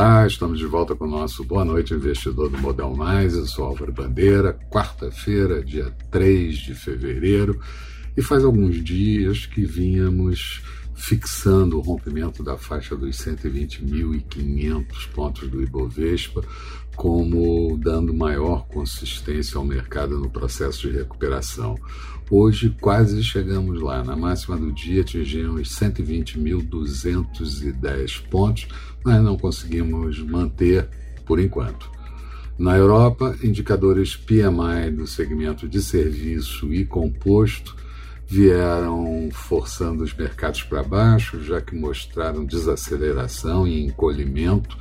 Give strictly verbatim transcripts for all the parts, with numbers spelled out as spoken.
Olá, estamos de volta com o nosso Boa Noite Investidor do Modal Mais. Eu sou Álvaro Bandeira, quarta-feira, dia três de fevereiro, e faz alguns dias que vínhamos fixando o rompimento da faixa dos cento e vinte mil e quinhentos pontos do Ibovespa, como dando maior consistência ao mercado no processo de recuperação. Hoje quase chegamos lá, na máxima do dia atingimos cento e vinte mil duzentos e dez pontos, mas não conseguimos manter por enquanto. Na Europa, indicadores P M I do segmento de serviço e composto vieram forçando os mercados para baixo, já que mostraram desaceleração e encolhimento,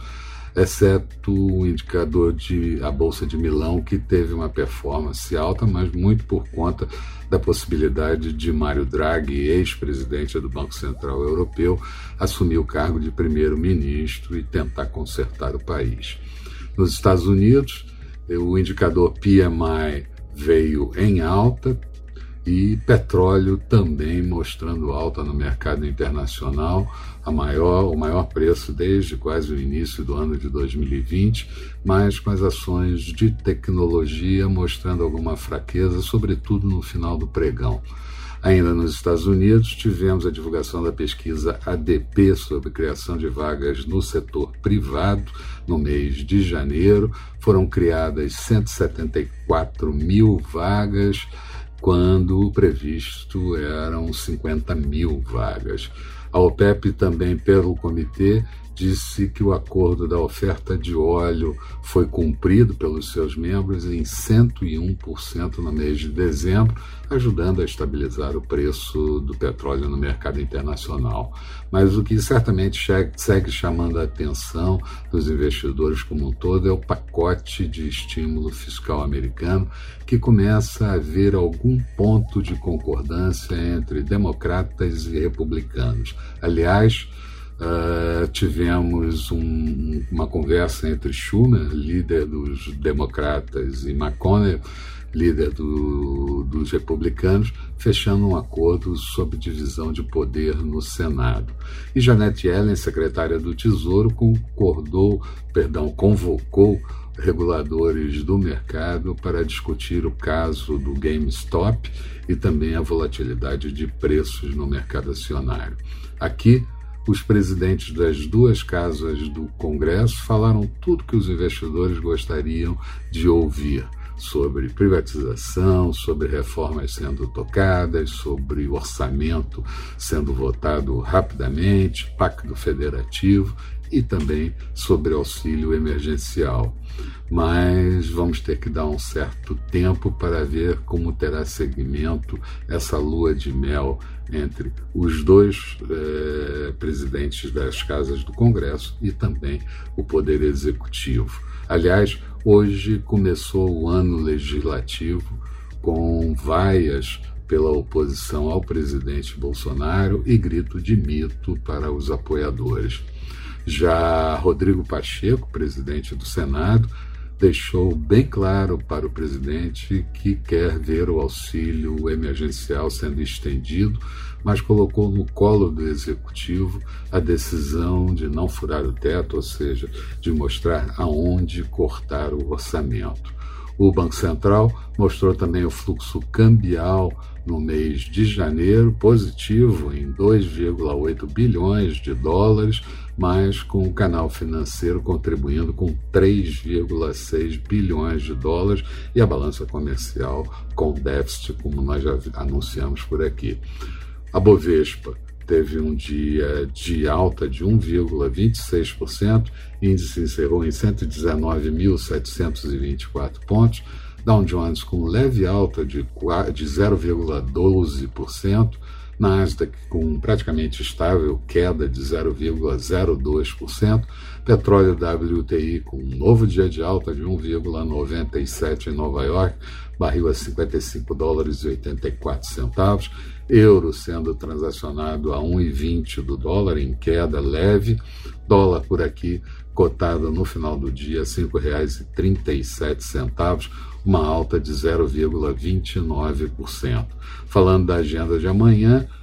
exceto o indicador de a Bolsa de Milão, que teve uma performance alta, mas muito por conta da possibilidade de Mário Draghi, ex-presidente do Banco Central Europeu, assumir o cargo de primeiro-ministro e tentar consertar o país. Nos Estados Unidos, o indicador P M I veio em alta, e petróleo também mostrando alta no mercado internacional, a maior, o maior preço desde quase o início do ano de dois mil e vinte, mas com as ações de tecnologia mostrando alguma fraqueza, sobretudo no final do pregão. Ainda nos Estados Unidos, tivemos a divulgação da pesquisa A D P sobre criação de vagas no setor privado no mês de janeiro. Foram criadas cento e setenta e quatro mil vagas, quando o previsto eram cinquenta mil vagas. A OPEP também, pelo comitê, disse que o acordo da oferta de óleo foi cumprido pelos seus membros em cento e um por cento no mês de dezembro, ajudando a estabilizar o preço do petróleo no mercado internacional. Mas o que certamente segue chamando a atenção dos investidores como um todo é o pacote de estímulo fiscal americano, que começa a haver algum ponto de concordância entre democratas e republicanos. Aliás, Uh, tivemos um, uma conversa entre Schumer, líder dos democratas, e McConnell, líder do, dos republicanos, fechando um acordo sobre divisão de poder no Senado. E Janet Yellen, secretária do Tesouro, concordou, perdão, convocou reguladores do mercado para discutir o caso do GameStop e também a volatilidade de preços no mercado acionário. Aqui, os presidentes das duas casas do Congresso falaram tudo que os investidores gostariam de ouvir sobre privatização, sobre reformas sendo tocadas, sobre orçamento sendo votado rapidamente, pacto federativo e também sobre auxílio emergencial. Mas vamos ter que dar um certo tempo para ver como terá seguimento essa lua de mel entre os dois eh, presidentes das casas do Congresso e também o Poder Executivo. Aliás, hoje começou o ano legislativo com vaias pela oposição ao presidente Bolsonaro e grito de mito para os apoiadores. Já Rodrigo Pacheco, presidente do Senado, deixou bem claro para o presidente que quer ver o auxílio emergencial sendo estendido, mas colocou no colo do executivo a decisão de não furar o teto, ou seja, de mostrar aonde cortar o orçamento. O Banco Central mostrou também o fluxo cambial no mês de janeiro, positivo em dois vírgula oito bilhões de dólares, mas com o canal financeiro contribuindo com três vírgula seis bilhões de dólares e a balança comercial com déficit, como nós já anunciamos por aqui. A Bovespa teve um dia de alta de um vírgula vinte e seis por cento, índice encerrou em cento e dezenove mil setecentos e vinte e quatro pontos, Dow Jones com leve alta de zero vírgula doze por cento, Nasdaq com praticamente estável, queda de zero vírgula zero dois por cento, petróleo W T I com um novo dia de alta de um vírgula noventa e sete em Nova York, barril a cinquenta e cinco dólares e oitenta e quatro centavos, euro sendo transacionado a um vírgula vinte do dólar, em queda leve, dólar por aqui cotado no final do dia a cinco reais e trinta e sete centavos, uma alta de zero vírgula vinte e nove por cento. Falando da agenda de amanhã,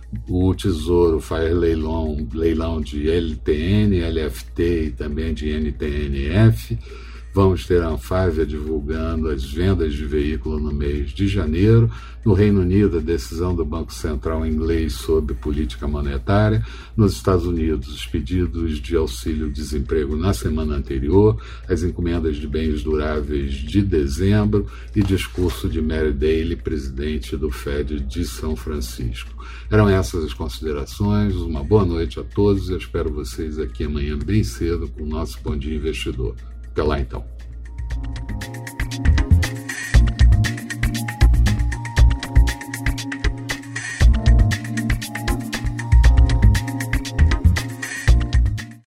O Tesouro faz leilão, leilão de L T N, L F T e também de N T N F. Vamos ter a Anfávia divulgando as vendas de veículo no mês de janeiro. No Reino Unido, a decisão do Banco Central inglês sobre política monetária. Nos Estados Unidos, os pedidos de auxílio-desemprego na semana anterior, as encomendas de bens duráveis de dezembro e discurso de Mary Daly, presidente do Fed de São Francisco. Eram essas as considerações. Uma boa noite a todos. Eu espero vocês aqui amanhã bem cedo com o nosso Bom Dia Investidor. Até lá, então.